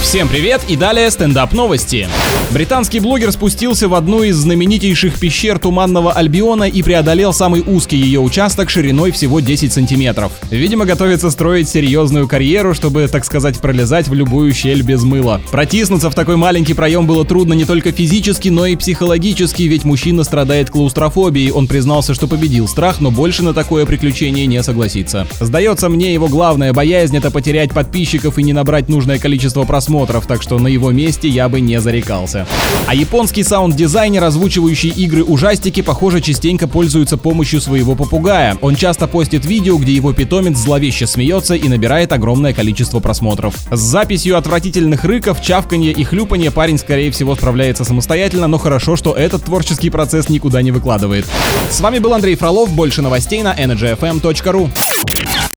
Всем привет и далее стендап новости. Британский блогер спустился в одну из знаменитейших пещер Туманного Альбиона и преодолел самый узкий ее участок шириной всего 10 сантиметров. Видимо, готовится строить серьезную карьеру, чтобы, так сказать, пролезать в любую щель без мыла. Протиснуться в такой маленький проем было трудно не только физически, но и психологически, ведь мужчина страдает клаустрофобией. Он признался, что победил страх, но больше на такое приключение не согласится. Сдается мне, его главная боязнь — это потерять подписчиков и не набрать нужное количество просмотров, так что на его месте я бы не зарекался. А японский саунд-дизайнер, озвучивающий игры-ужастики, похоже, частенько пользуется помощью своего попугая. Он часто постит видео, где его питомец зловеще смеется и набирает огромное количество просмотров. С записью отвратительных рыков, чавканья и хлюпанья парень, скорее всего, справляется самостоятельно, но хорошо, что этот творческий процесс никуда не выкладывает. С вами был Андрей Фролов. Больше новостей на energyfm.ru.